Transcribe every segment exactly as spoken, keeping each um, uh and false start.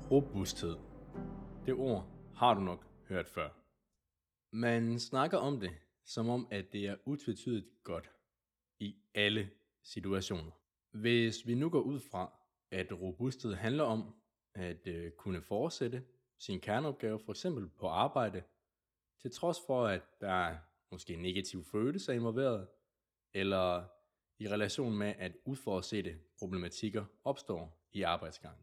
Robusthed. Det ord har du nok hørt før. Man snakker om det, som om at det er utvetydigt godt i alle situationer. Hvis vi nu går ud fra, at robusthed handler om at øh, kunne fortsætte sin kerneopgave, for eksempel på arbejde, til trods for at der er måske negative følelser involveret, eller i relation med at uforudsete problematikker opstår i arbejdsgangen.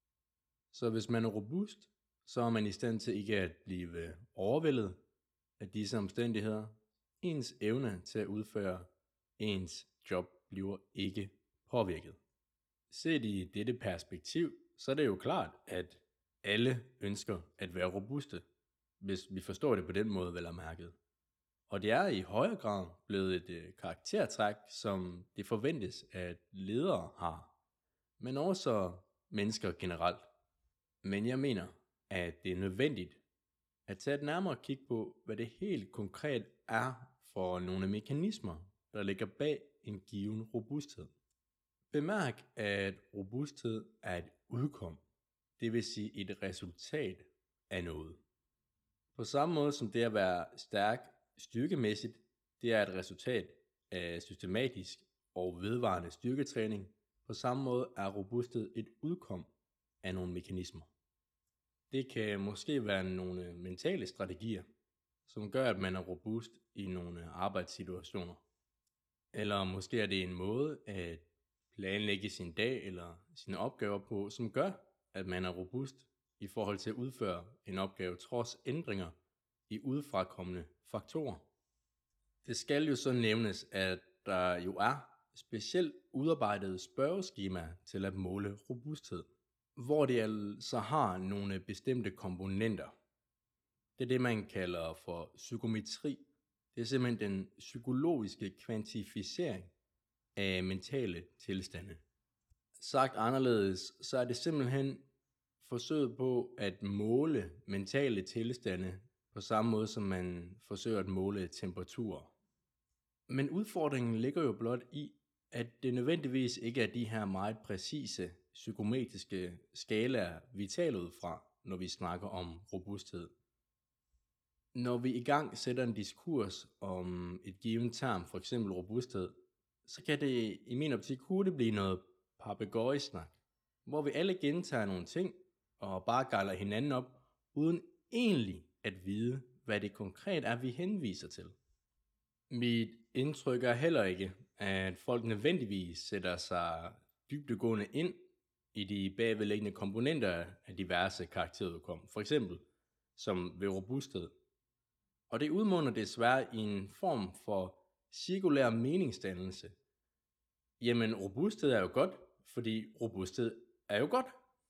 Så hvis man er robust, så er man i stand til ikke at blive overvældet af disse omstændigheder. Ens evne til at udføre ens job bliver ikke påvirket. Set i dette perspektiv, så er det jo klart, at alle ønsker at være robuste, hvis vi forstår det på den måde, vel at mærke. Og det er i højere grad blevet et øh, karaktertræk, som det forventes, at ledere har, men også mennesker generelt. Men jeg mener, at det er nødvendigt at tage et nærmere kig på, hvad det helt konkret er for nogle mekanismer, der ligger bag en given robusthed. Bemærk, at robusthed er et udkom, det vil sige et resultat af noget. På samme måde som det at være stærk styrkemæssigt, det er et resultat af systematisk og vedvarende styrketræning. På samme måde er robusthed et udkom af nogle mekanismer. Det kan måske være nogle mentale strategier, som gør, at man er robust i nogle arbejdssituationer. Eller måske er det en måde at planlægge sin dag eller sine opgaver på, som gør, at man er robust i forhold til at udføre en opgave trods ændringer i udefrakommende faktorer. Det skal jo så nævnes, at der jo er specielt udarbejdede spørgeskemaer til at måle robusthed, hvor det altså har nogle bestemte komponenter. Det er det, man kalder for psykometri. Det er simpelthen den psykologiske kvantificering af mentale tilstande. Sagt anderledes, så er det simpelthen forsøget på at måle mentale tilstande på samme måde, som man forsøger at måle temperaturer. Men udfordringen ligger jo blot i, at det nødvendigvis ikke er de her meget præcise psykometriske skalaer, vi taler ud fra, når vi snakker om robusthed. Når vi i gang sætter en diskurs om et givet term, for eksempel robusthed, så kan det i min optik hurtigt blive noget papegøjesnak, hvor vi alle gentager nogle ting og bare gejler hinanden op, uden egentlig at vide, hvad det konkret er, vi henviser til. Mit indtryk er heller ikke, at folk nødvendigvis sætter sig dybdegående ind i de bagvedliggende komponenter af diverse karakterudkom, for eksempel som ved robusthed. Og det udmunder desværre i en form for cirkulær meningsdannelse. Jamen, robusthed er jo godt, fordi robusthed er jo godt.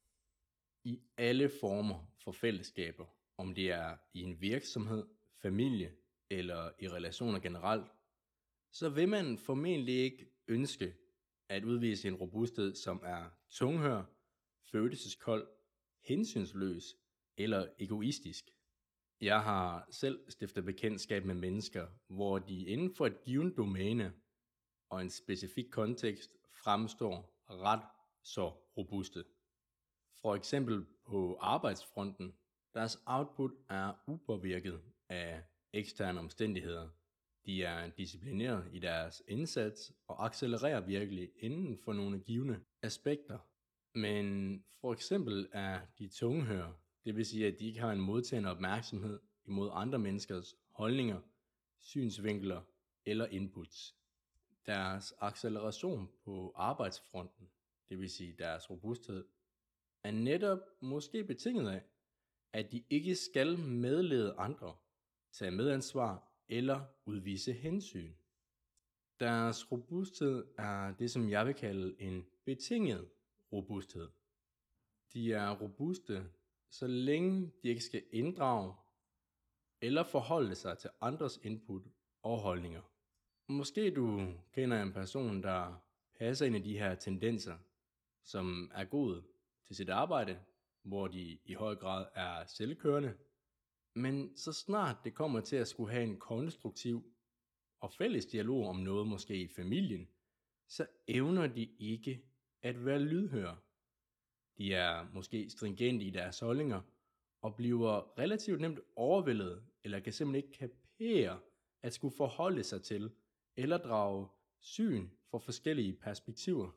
I alle former for fællesskaber, om det er i en virksomhed, familie eller i relationer generelt, så vil man formentlig ikke ønske at udvise en robusthed, som er tunghør, følelseskold, hensynsløs eller egoistisk. Jeg har selv stiftet bekendtskab med mennesker, hvor de inden for et givet domæne og en specifik kontekst fremstår ret så robuste. For eksempel på arbejdsfronten, deres output er upåvirket af eksterne omstændigheder. De er disciplineret i deres indsats og accelererer virkelig inden for nogle givne aspekter. Men for eksempel er de tunghør, det vil sige, at de ikke har en modtagende opmærksomhed imod andre menneskers holdninger, synsvinkler eller inputs. Deres acceleration på arbejdsfronten, det vil sige deres robusthed, er netop måske betinget af, at de ikke skal medlede andre, tage medansvar eller udvise hensyn. Deres robusthed er det, som jeg vil kalde en betinget robusthed. De er robuste, så længe de ikke skal inddrage eller forholde sig til andres input og holdninger. Måske du kender en person, der passer ind i de her tendenser, som er god til sit arbejde, hvor de i høj grad er selvkørende. Men så snart det kommer til at skulle have en konstruktiv og fælles dialog om noget, måske i familien, så evner de ikke at være lydhøre. De er måske stringente i deres holdninger og bliver relativt nemt overvældet eller kan simpelthen ikke kapere at skulle forholde sig til eller drage syn for forskellige perspektiver.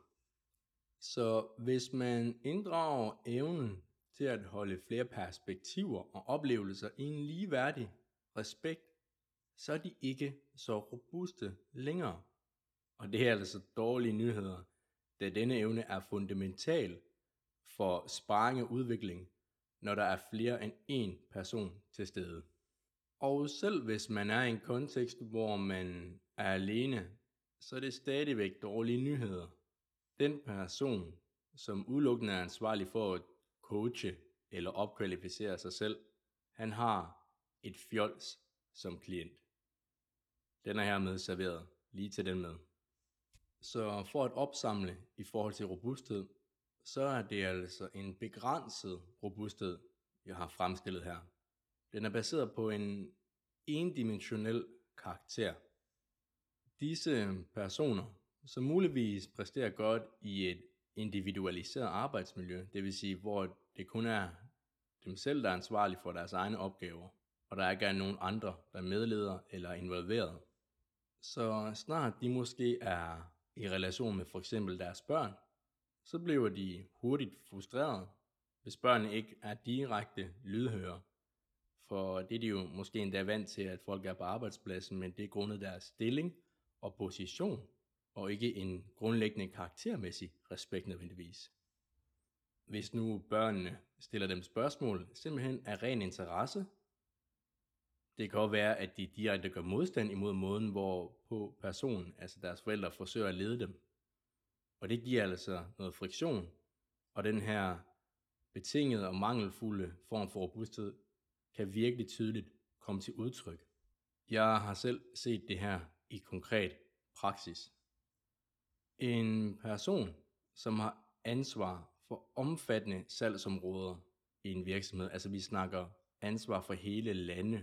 Så hvis man inddrager evnen til at holde flere perspektiver og oplevelser i en ligeværdig respekt, så er de ikke så robuste længere. Og det er altså dårlige nyheder, da denne evne er fundamental for sparring og udvikling, når der er flere end én person til stede. Og selv hvis man er i en kontekst, hvor man er alene, så er det stadigvæk dårlige nyheder. Den person, som udelukkende er ansvarlig for at coache eller opkvalificere sig selv, han har et fjols som klient. Den er hermed serveret lige til den med. Så for at opsamle i forhold til robusthed, så er det altså en begrænset robusthed, jeg har fremstillet her. Den er baseret på en endimensionel karakter. Disse personer, som muligvis præsterer godt i et individualiseret arbejdsmiljø, det vil sige, hvor det kun er dem selv, der er ansvarlige for deres egne opgaver, og der ikke er nogen andre, der er medleder eller involveret. Så snart de måske er i relation med for eksempel deres børn, så bliver de hurtigt frustrerede, hvis børnene ikke er direkte lydhøre. For det er de jo måske endda vant til, at folk er på arbejdspladsen, men det er grundet deres stilling og position, og ikke en grundlæggende karaktermæssig respekt nødvendigvis. Hvis nu børnene stiller dem spørgsmål simpelthen af ren interesse, det kan også være, at de direkte gør modstand imod måden, hvorpå personen, altså deres forældre, forsøger at lede dem. Og det giver altså noget friktion, og den her betingede og mangelfulde form for robusthed kan virkelig tydeligt komme til udtryk. Jeg har selv set det her i konkret praksis. En person, som har ansvar for omfattende salgsområder i en virksomhed, altså vi snakker ansvar for hele lande.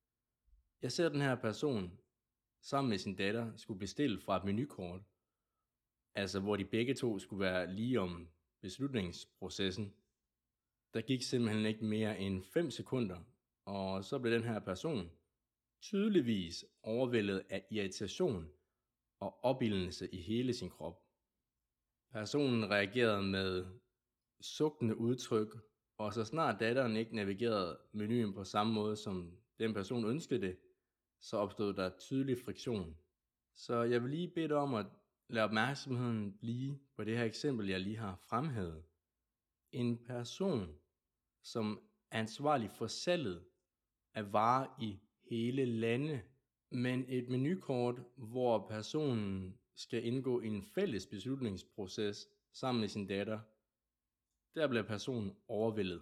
Jeg ser den her person sammen med sin datter skulle bestille fra et menukort, altså hvor de begge to skulle være lige om beslutningsprocessen. Der gik simpelthen ikke mere end fem sekunder, og så blev den her person tydeligvis overvældet af irritation og opildnelse i hele sin krop. Personen reagerede med sugtende udtryk, og så snart datteren ikke navigerede menuen på samme måde, som den person ønskede det, så opstod der tydelig friktion. Så jeg vil lige bede dig om at lade opmærksomheden blive på det her eksempel, jeg lige har fremhævet. En person, som er ansvarlig for salget af varer i hele lande, men et menukort, hvor personen skal indgå i en fælles beslutningsproces sammen med sin datter, der bliver personen overvældet.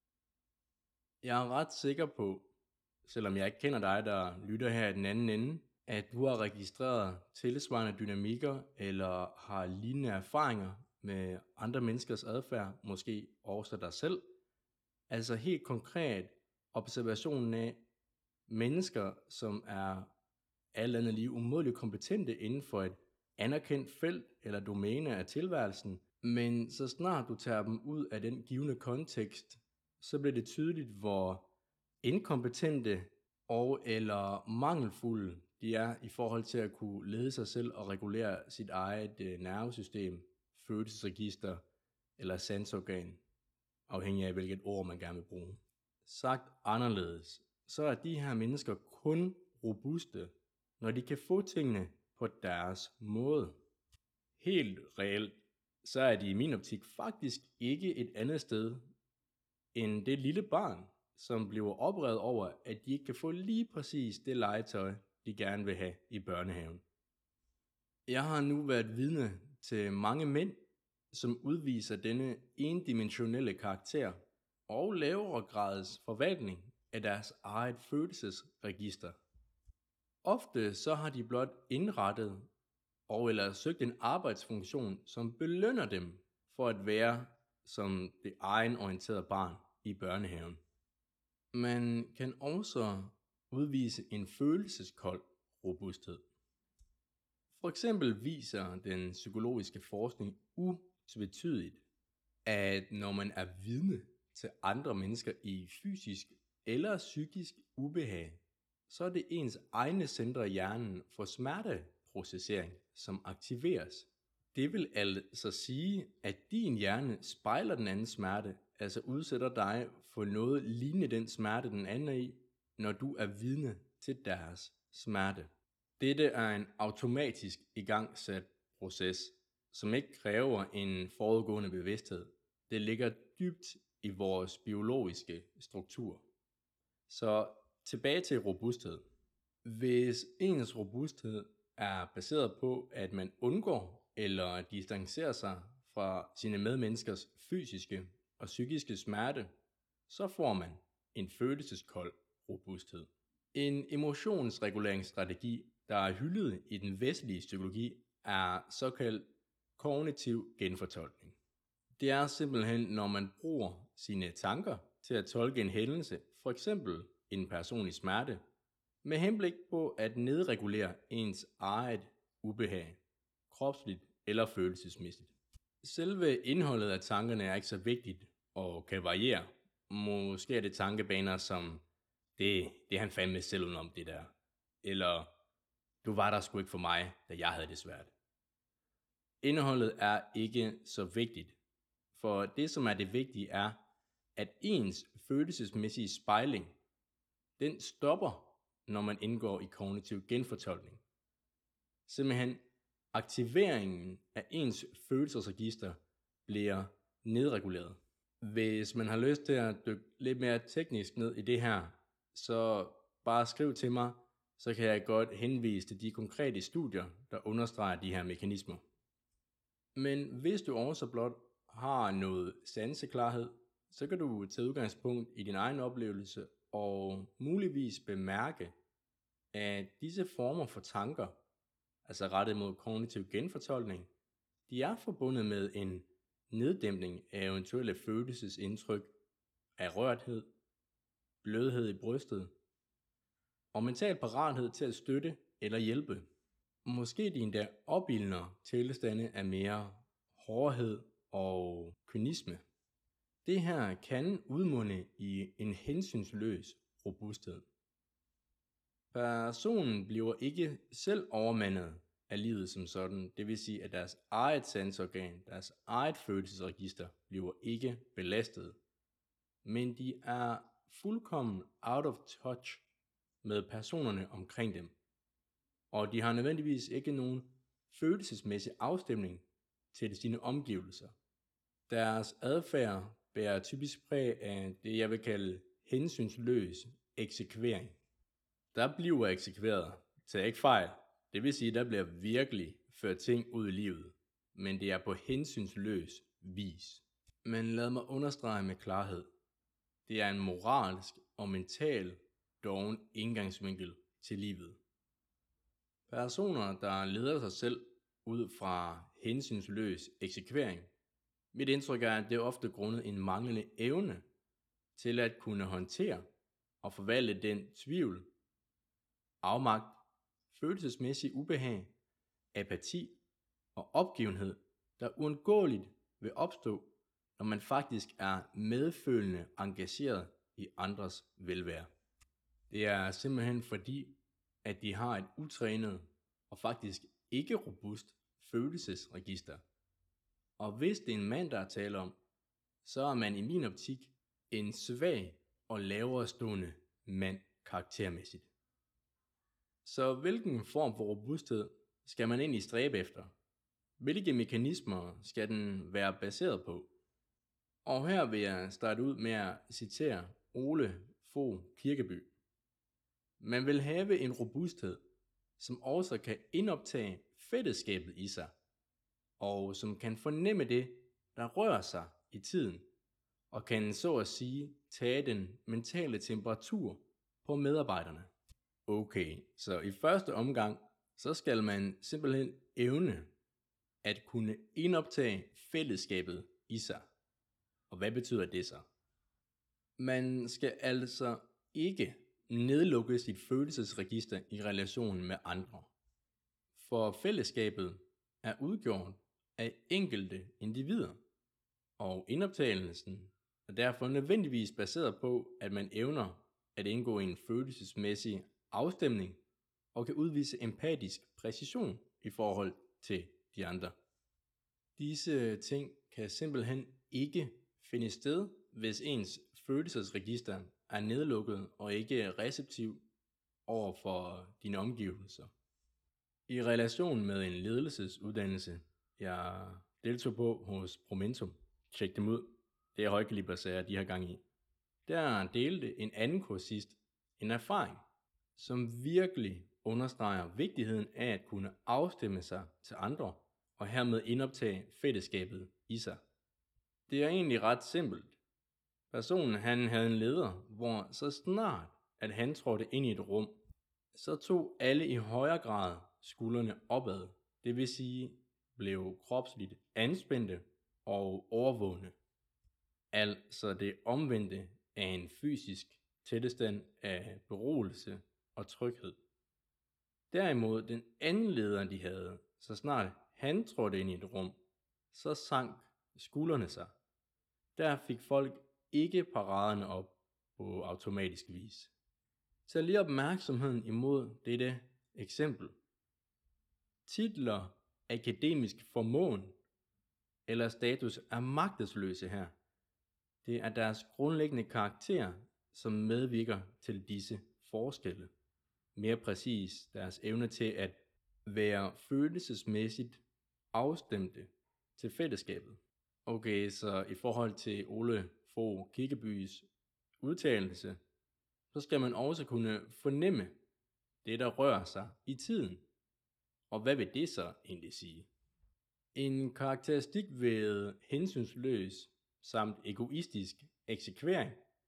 Jeg er ret sikker på, selvom jeg ikke kender dig, der lytter her i den anden ende, at du har registreret tilsvarende dynamikker eller har lignende erfaringer med andre menneskers adfærd, måske også dig selv. Altså helt konkret observationen af mennesker, som er alt andet lige umådeligt kompetente inden for et anerkendt felt eller domæne af tilværelsen, men så snart du tager dem ud af den givne kontekst, så bliver det tydeligt, hvor inkompetente og eller mangelfulde de er i forhold til at kunne lede sig selv og regulere sit eget øh, nervesystem, følelsesregister eller sansorgan, afhængig af hvilket ord man gerne vil bruge. Sagt anderledes, så er de her mennesker kun robuste, når de kan få tingene på deres måde. Helt reelt, så er de i min optik faktisk ikke et andet sted end det lille barn, som bliver oprevet over, at de ikke kan få lige præcis det legetøj, de gerne vil have i børnehaven. Jeg har nu været vidne til mange mænd, som udviser denne endimensionelle karakter og lavere grads forvaltning af deres eget følelsesregister. Ofte så har de blot indrettet og eller søgt en arbejdsfunktion, som belønner dem for at være som det egenorienterede barn i børnehaven. Man kan også udvise en følelseskold robusthed. For eksempel viser den psykologiske forskning utvetydigt, at når man er vidne til andre mennesker i fysisk eller psykisk ubehag, så er det ens egne centre i hjernen for smerteprocessering, som aktiveres. Det vil altså sige, at din hjerne spejler den andens smerte, altså udsætter dig for noget lignende den smerte, den anden er i, når du er vidne til deres smerte. Dette er en automatisk igangsat proces, som ikke kræver en forudgående bevidsthed. Det ligger dybt i vores biologiske struktur. Så tilbage til robusthed. Hvis ens robusthed er baseret på, at man undgår eller distancerer sig fra sine medmenneskers fysiske og psykiske smerte, så får man en følelseskold robusthed. En emotionsreguleringsstrategi, der er hyldet i den vestlige psykologi, er såkaldt kognitiv genfortolkning. Det er simpelthen, når man bruger sine tanker til at tolke en hændelse, for eksempel en personlig smerte, med henblik på at nedregulere ens eget ubehag, kropsligt eller følelsesmæssigt. Selve indholdet af tankerne er ikke så vigtigt og kan variere. Måske er det tankebaner som, det, det er han fandme selv udenom det der. Eller, du var der sgu ikke for mig, da jeg havde det svært. Indholdet er ikke så vigtigt, for det som er det vigtige er, at ens følelsesmæssige spejling, den stopper, når man indgår i kognitiv genfortolkning. Simpelthen aktiveringen af ens følelsesregister bliver nedreguleret. Hvis man har lyst til at dykke lidt mere teknisk ned i det her, så bare skriv til mig, så kan jeg godt henvise til de konkrete studier, der understreger de her mekanismer. Men hvis du også blot har noget sanseklarhed, så kan du tage udgangspunkt i din egen oplevelse og muligvis bemærke, at disse former for tanker, altså rettet mod kognitiv genfortolkning, de er forbundet med en neddæmpning af eventuelle følelsesindtryk af rørthed, blødhed i brystet og mental parathed til at støtte eller hjælpe. Måske de endda opildner tilstande af mere hårdhed og kynisme. Det her kan udmunde i en hensynsløs robusthed. Personen bliver ikke selv overmandet af livet som sådan, det vil sige at deres eget sanseorgan, deres eget følelsesregister bliver ikke belastet, men de er fuldkommen out of touch med personerne omkring dem, og de har nødvendigvis ikke nogen følelsesmæssig afstemning til sine omgivelser. Deres adfærd bærer typisk præg af det, jeg vil kalde hensynsløs eksekvering. Der bliver eksekveret, tag ikke fejl, det vil sige, der bliver virkelig ført ting ud i livet, men det er på hensynsløs vis. Men lad mig understrege med klarhed, det er en moralsk og mental doven indgangsvinkel til livet. Personer, der leder sig selv ud fra hensynsløs eksekvering, mit indtryk er, at det er ofte grundet en manglende evne til at kunne håndtere og forvalte den tvivl, afmagt, følelsesmæssig ubehag, apati og opgivenhed, der uundgåeligt vil opstå, når man faktisk er medfølende engageret i andres velvære. Det er simpelthen fordi, at de har et utrænet og faktisk ikke robust følelsesregister. Og hvis det er en mand, der er tale om, så er man i min optik en svag og lavere stående mand karaktermæssigt. Så hvilken form for robusthed skal man egentlig stræbe efter? Hvilke mekanismer skal den være baseret på? Og her vil jeg starte ud med at citere Ole Fogh Kirkeby. Man vil have en robusthed, som også kan indoptage fællesskabet i sig, og som kan fornemme det, der rører sig i tiden, og kan så at sige tage den mentale temperatur på medarbejderne. Okay, så i første omgang, så skal man simpelthen evne at kunne indoptage fællesskabet i sig. Og hvad betyder det så? Man skal altså ikke nedlukke sit følelsesregister i relationen med andre. For fællesskabet er udgjort af enkelte individer, og indoptagelsen er derfor nødvendigvis baseret på, at man evner at indgå i en følelsesmæssig afstemning og kan udvise empatisk præcision i forhold til de andre. Disse ting kan simpelthen ikke finde sted, hvis ens følelsesregister er nedlukket og ikke receptiv over for dine omgivelser. I relation med en ledelsesuddannelse, jeg deltog på hos Promentum, tjek dem ud, det er højkalibersager, de har gang i, der delte en anden kursist en erfaring, som virkelig understreger vigtigheden af at kunne afstemme sig til andre, og hermed indoptage fællesskabet i sig. Det er egentlig ret simpelt. Personen han havde en leder, hvor så snart at han trådte ind i et rum, så tog alle i højere grad skuldrene opad, det vil sige blev kropsligt anspændte og overvågne. Altså det omvendte af en fysisk tilstand af beroligelse og tryghed. Derimod den anden leder de havde, så snart han trådte ind i et rum, så sank skuldrene sig. Der fik folk ikke paraderne op på automatisk vis. Tag lige opmærksomheden imod dette eksempel. Titler, akademisk formåen eller status er magtesløse her. Det er deres grundlæggende karakter, som medvirker til disse forskelle. Mere præcis deres evne til at være følelsesmæssigt afstemte til fællesskabet. Okay, så i forhold til Ole Fogh Kirkebys udtalelse, så skal man også kunne fornemme det, der rører sig i tiden. Og hvad vil det så egentlig sige? En karakteristik ved hensynsløs samt egoistisk eksekvering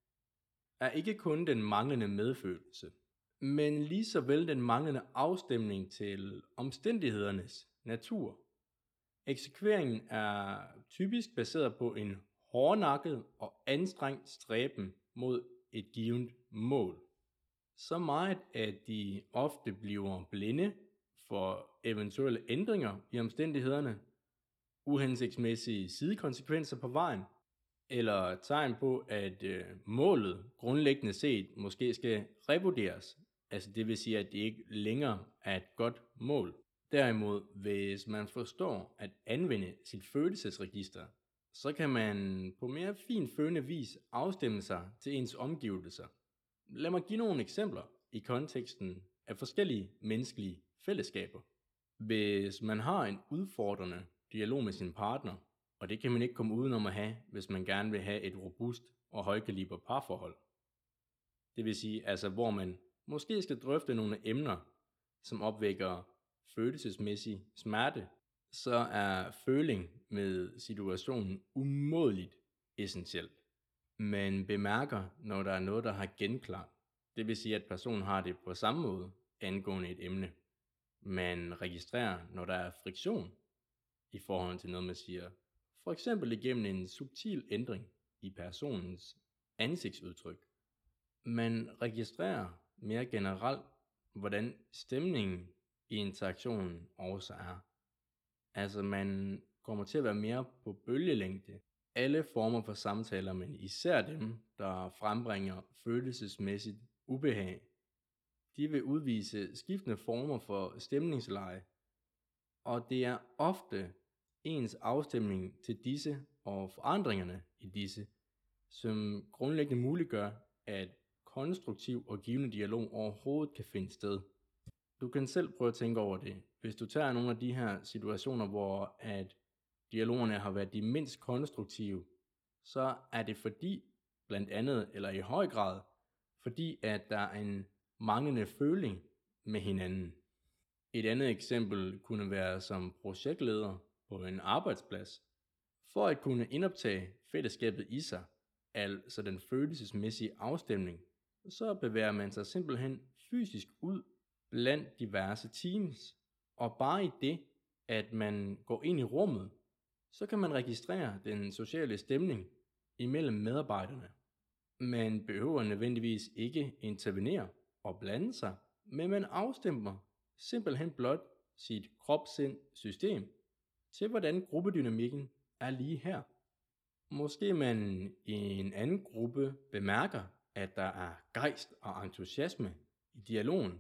er ikke kun den manglende medfølelse, men lige så vel den manglende afstemning til omstændighedernes natur. Eksekveringen er typisk baseret på en hårdnakket og anstrengt stræben mod et givet mål. Så meget, at de ofte bliver blinde for eventuelle ændringer i omstændighederne, uhensigtsmæssige sidekonsekvenser på vejen, eller tegn på, at øh, målet grundlæggende set måske skal revurderes. Altså det vil sige, at det ikke længere er et godt mål. Derimod, hvis man forstår at anvende sit følelsesregister, så kan man på mere finfølende vis afstemme sig til ens omgivelser. Lad mig give nogle eksempler i konteksten af forskellige menneskelige fællesskaber. Hvis man har en udfordrende dialog med sin partner, og det kan man ikke komme udenom at have, hvis man gerne vil have et robust og højkaliber parforhold. Det vil sige, altså hvor man måske skal drøfte nogle emner, som opvækker følelsesmæssig smerte, så er føling med situationen umådeligt essentielt. Man bemærker, når der er noget, der har genklang. Det vil sige, at personen har det på samme måde angående et emne. Man registrerer, når der er friktion i forhold til noget, man siger. For eksempel igennem en subtil ændring i personens ansigtsudtryk. Man registrerer mere generelt, hvordan stemningen i interaktionen også er. Altså man kommer til at være mere på bølgelængde. Alle former for samtaler, men især dem, der frembringer følelsesmæssigt ubehag, de vil udvise skiftende former for stemningsleje, og det er ofte ens afstemning til disse og forandringerne i disse, som grundlæggende muliggør, at konstruktiv og givende dialog overhovedet kan finde sted. Du kan selv prøve at tænke over det. Hvis du tager nogle af de her situationer, hvor at dialogerne har været de mindst konstruktive, så er det fordi, blandt andet, eller i høj grad, fordi at der er en manglende føling med hinanden. Et andet eksempel kunne være som projektleder på en arbejdsplads. For at kunne indoptage fællesskabet i sig, altså den følelsesmæssige afstemning, så bevæger man sig simpelthen fysisk ud blandt diverse teams. Og bare i det, at man går ind i rummet, så kan man registrere den sociale stemning imellem medarbejderne. Man behøver nødvendigvis ikke intervenere og blande sig, men man afstemmer simpelthen blot sit krop-sind-system til, hvordan gruppedynamikken er lige her. Måske man i en anden gruppe bemærker, at der er gejst og entusiasme i dialogen.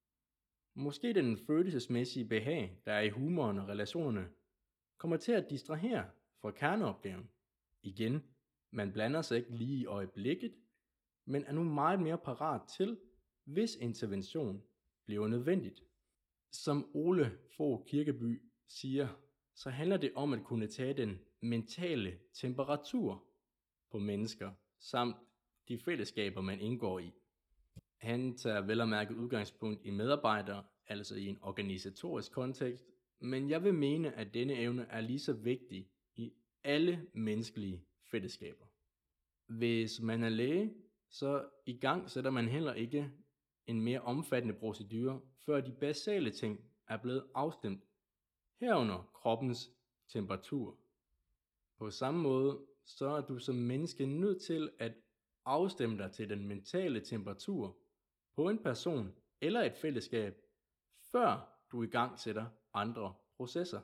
Måske den følelsesmæssige behag, der er i humoren og relationerne, kommer til at distrahere fra kerneopgaven. Igen, man blander sig ikke lige i øjeblikket, men er nu meget mere parat til, hvis intervention bliver nødvendigt. Som Ole Fogh Kirkeby siger, så handler det om at kunne tage den mentale temperatur på mennesker, samt de fællesskaber, man indgår i. Han tager vel og mærke udgangspunkt i medarbejdere, altså i en organisatorisk kontekst, men jeg vil mene, at denne evne er lige så vigtig i alle menneskelige fællesskaber. Hvis man er læge, så i gang sætter man heller ikke en mere omfattende procedure, før de basale ting er blevet afstemt, herunder kroppens temperatur. På samme måde, så er du som menneske nødt til at afstemme dig til den mentale temperatur på en person eller et fællesskab, før du i gang sætter andre processer.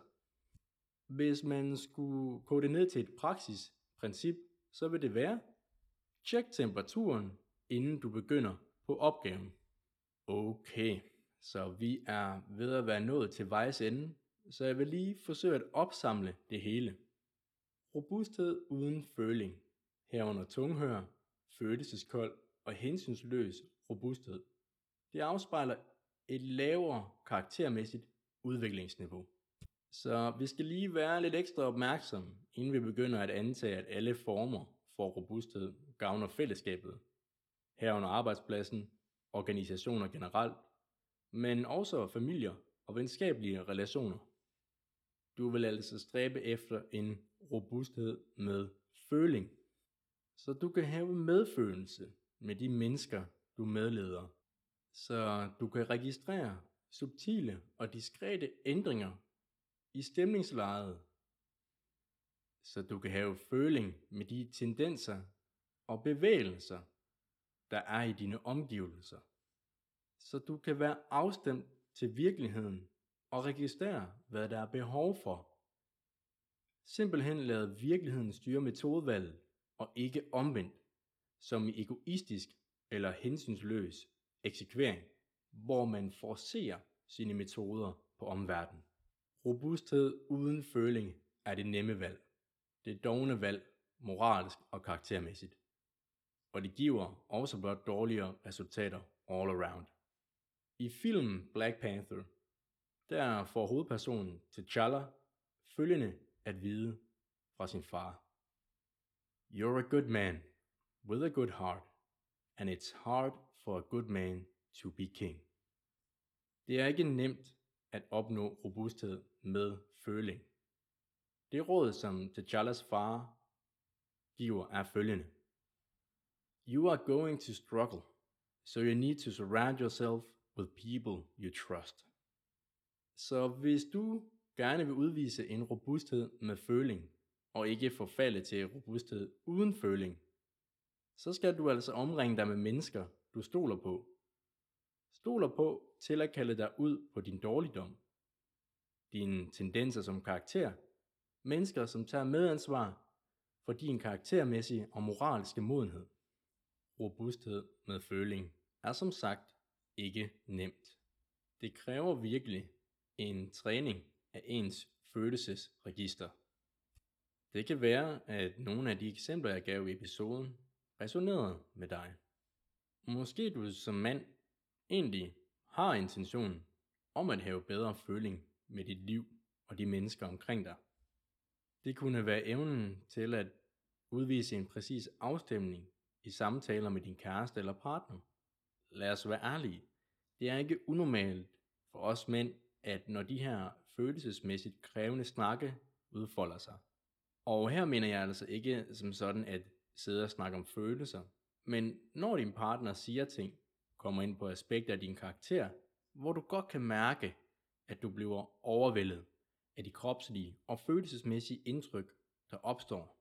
Hvis man skulle kode det ned til et praksisprincip, så vil det være: tjek temperaturen, inden du begynder på opgaven. Okay, så vi er ved at være nået til vejs ende, så jeg vil lige forsøge at opsamle det hele. Robusthed uden føling, herunder tunghør, følelseskold og hensynsløs robusthed. Det afspejler et lavere karaktermæssigt udviklingsniveau. Så vi skal lige være lidt ekstra opmærksomme, inden vi begynder at antage, at alle former for robusthed gavner fællesskabet, herunder arbejdspladsen, organisationer generelt, men også familier og venskabelige relationer. Du vil altså stræbe efter en robusthed med føling, så du kan have medfølelse med de mennesker, du medleder, så du kan registrere subtile og diskrete ændringer i stemningslejet, så du kan have føling med de tendenser og bevægelser, der er i dine omgivelser, så du kan være afstemt til virkeligheden og registrere, hvad der er behov for. Simpelthen lade virkeligheden styre metodevalget og ikke omvendt, som i egoistisk eller hensynsløs eksekvering, hvor man forcerer sine metoder på omverdenen. Robusthed uden føling er det nemme valg. Det dovne valg, moralsk og karaktermæssigt. Og det giver også blot dårligere resultater all around. I filmen Black Panther, der får hovedpersonen T'Challa følgende at vide fra sin far: You're a good man with a good heart, and it's hard for a good man to be king. Det er ikke nemt at opnå robusthed med føling. Det råd, som T'Challas far giver, er følgende: You are going to struggle, so you need to surround yourself with people you trust. Så hvis du gerne vil udvise en robusthed med føling, og ikke forfalde til robusthed uden føling, så skal du altså omringe dig med mennesker, du stoler på. Stoler på til at kalde dig ud på din dårligdom, dine tendenser som karakter, mennesker som tager medansvar for din karaktermæssige og moralske modenhed. Robusthed med føling er som sagt ikke nemt. Det kræver virkelig en træning af ens følelsesregister. Det kan være, at nogle af de eksempler, jeg gav i episoden, resonerede med dig. Måske du som mand egentlig har intention om at have bedre føling med dit liv og de mennesker omkring dig. Det kunne være evnen til at udvise en præcis afstemning i samtaler med din kæreste eller partner. Lad os være ærlige. Det er ikke unormalt for os mænd, at når de her følelsesmæssigt krævende snakke udfolder sig. Og her mener jeg altså ikke som sådan at sidde og snakke om følelser, men når din partner siger ting, kommer ind på aspekter af din karakter, hvor du godt kan mærke, at du bliver overvældet af de kropslige og følelsesmæssige indtryk, der opstår.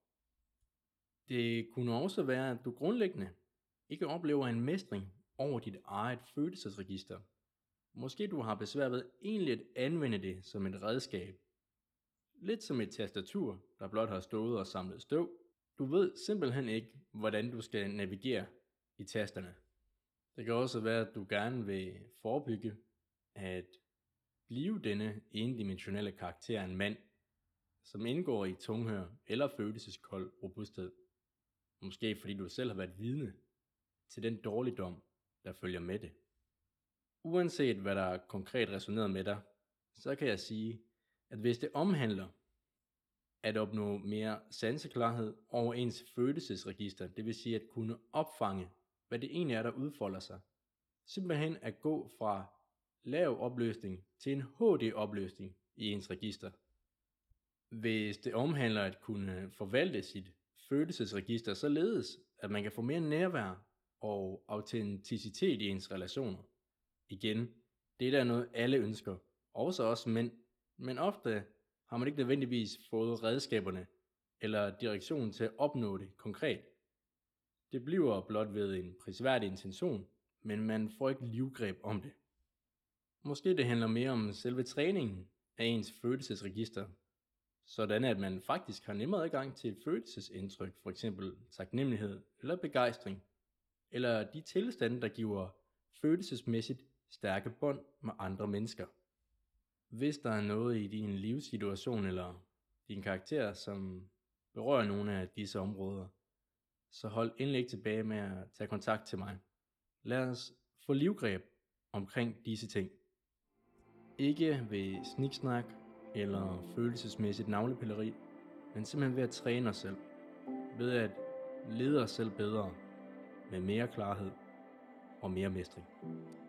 Det kunne også være, at du grundlæggende ikke oplever en mestring over dit eget følelsesregister. Måske du har besvær ved egentlig at anvende det som et redskab. Lidt som et tastatur, der blot har stået og samlet støv. Du ved simpelthen ikke, hvordan du skal navigere i tasterne. Det kan også være, at du gerne vil forebygge at blive denne endimensionelle karakter en mand, som indgår i tunghør eller følelseskold robusthed. Måske fordi du selv har været vidne til den dårligdom, der følger med det. Uanset hvad der konkret resonerer med dig, så kan jeg sige, at hvis det omhandler at opnå mere sanseklarhed over ens følelsesregister, det vil sige at kunne opfange, hvad det egentlig er, der udfolder sig, simpelthen at gå fra lav opløsning til en H D-opløsning i ens register. Hvis det omhandler at kunne forvalte sit følelsesregister således, at man kan få mere nærvær og autenticitet i ens relationer. Igen, det er der noget alle ønsker, også os mænd, men ofte har man ikke nødvendigvis fået redskaberne eller direktionen til at opnå det konkret. Det bliver blot ved en prisværdig intention, men man får ikke livgreb om det. Måske det handler mere om selve træningen af ens følelsesregister, sådan at man faktisk har nemmere adgang til et følelsesindtryk, f.eks. taknemmelighed eller begejstring, eller de tilstande, der giver følelsesmæssigt stærke bånd med andre mennesker. Hvis der er noget i din livssituation eller din karakter, som berører nogle af disse områder, så hold endelig ikke tilbage med at tage kontakt til mig. Lad os få livgreb omkring disse ting. Ikke ved sniksnak eller følelsesmæssigt navlepilleri, men simpelthen ved at træne os selv. Ved at lede os selv bedre med mere klarhed og mere mestring.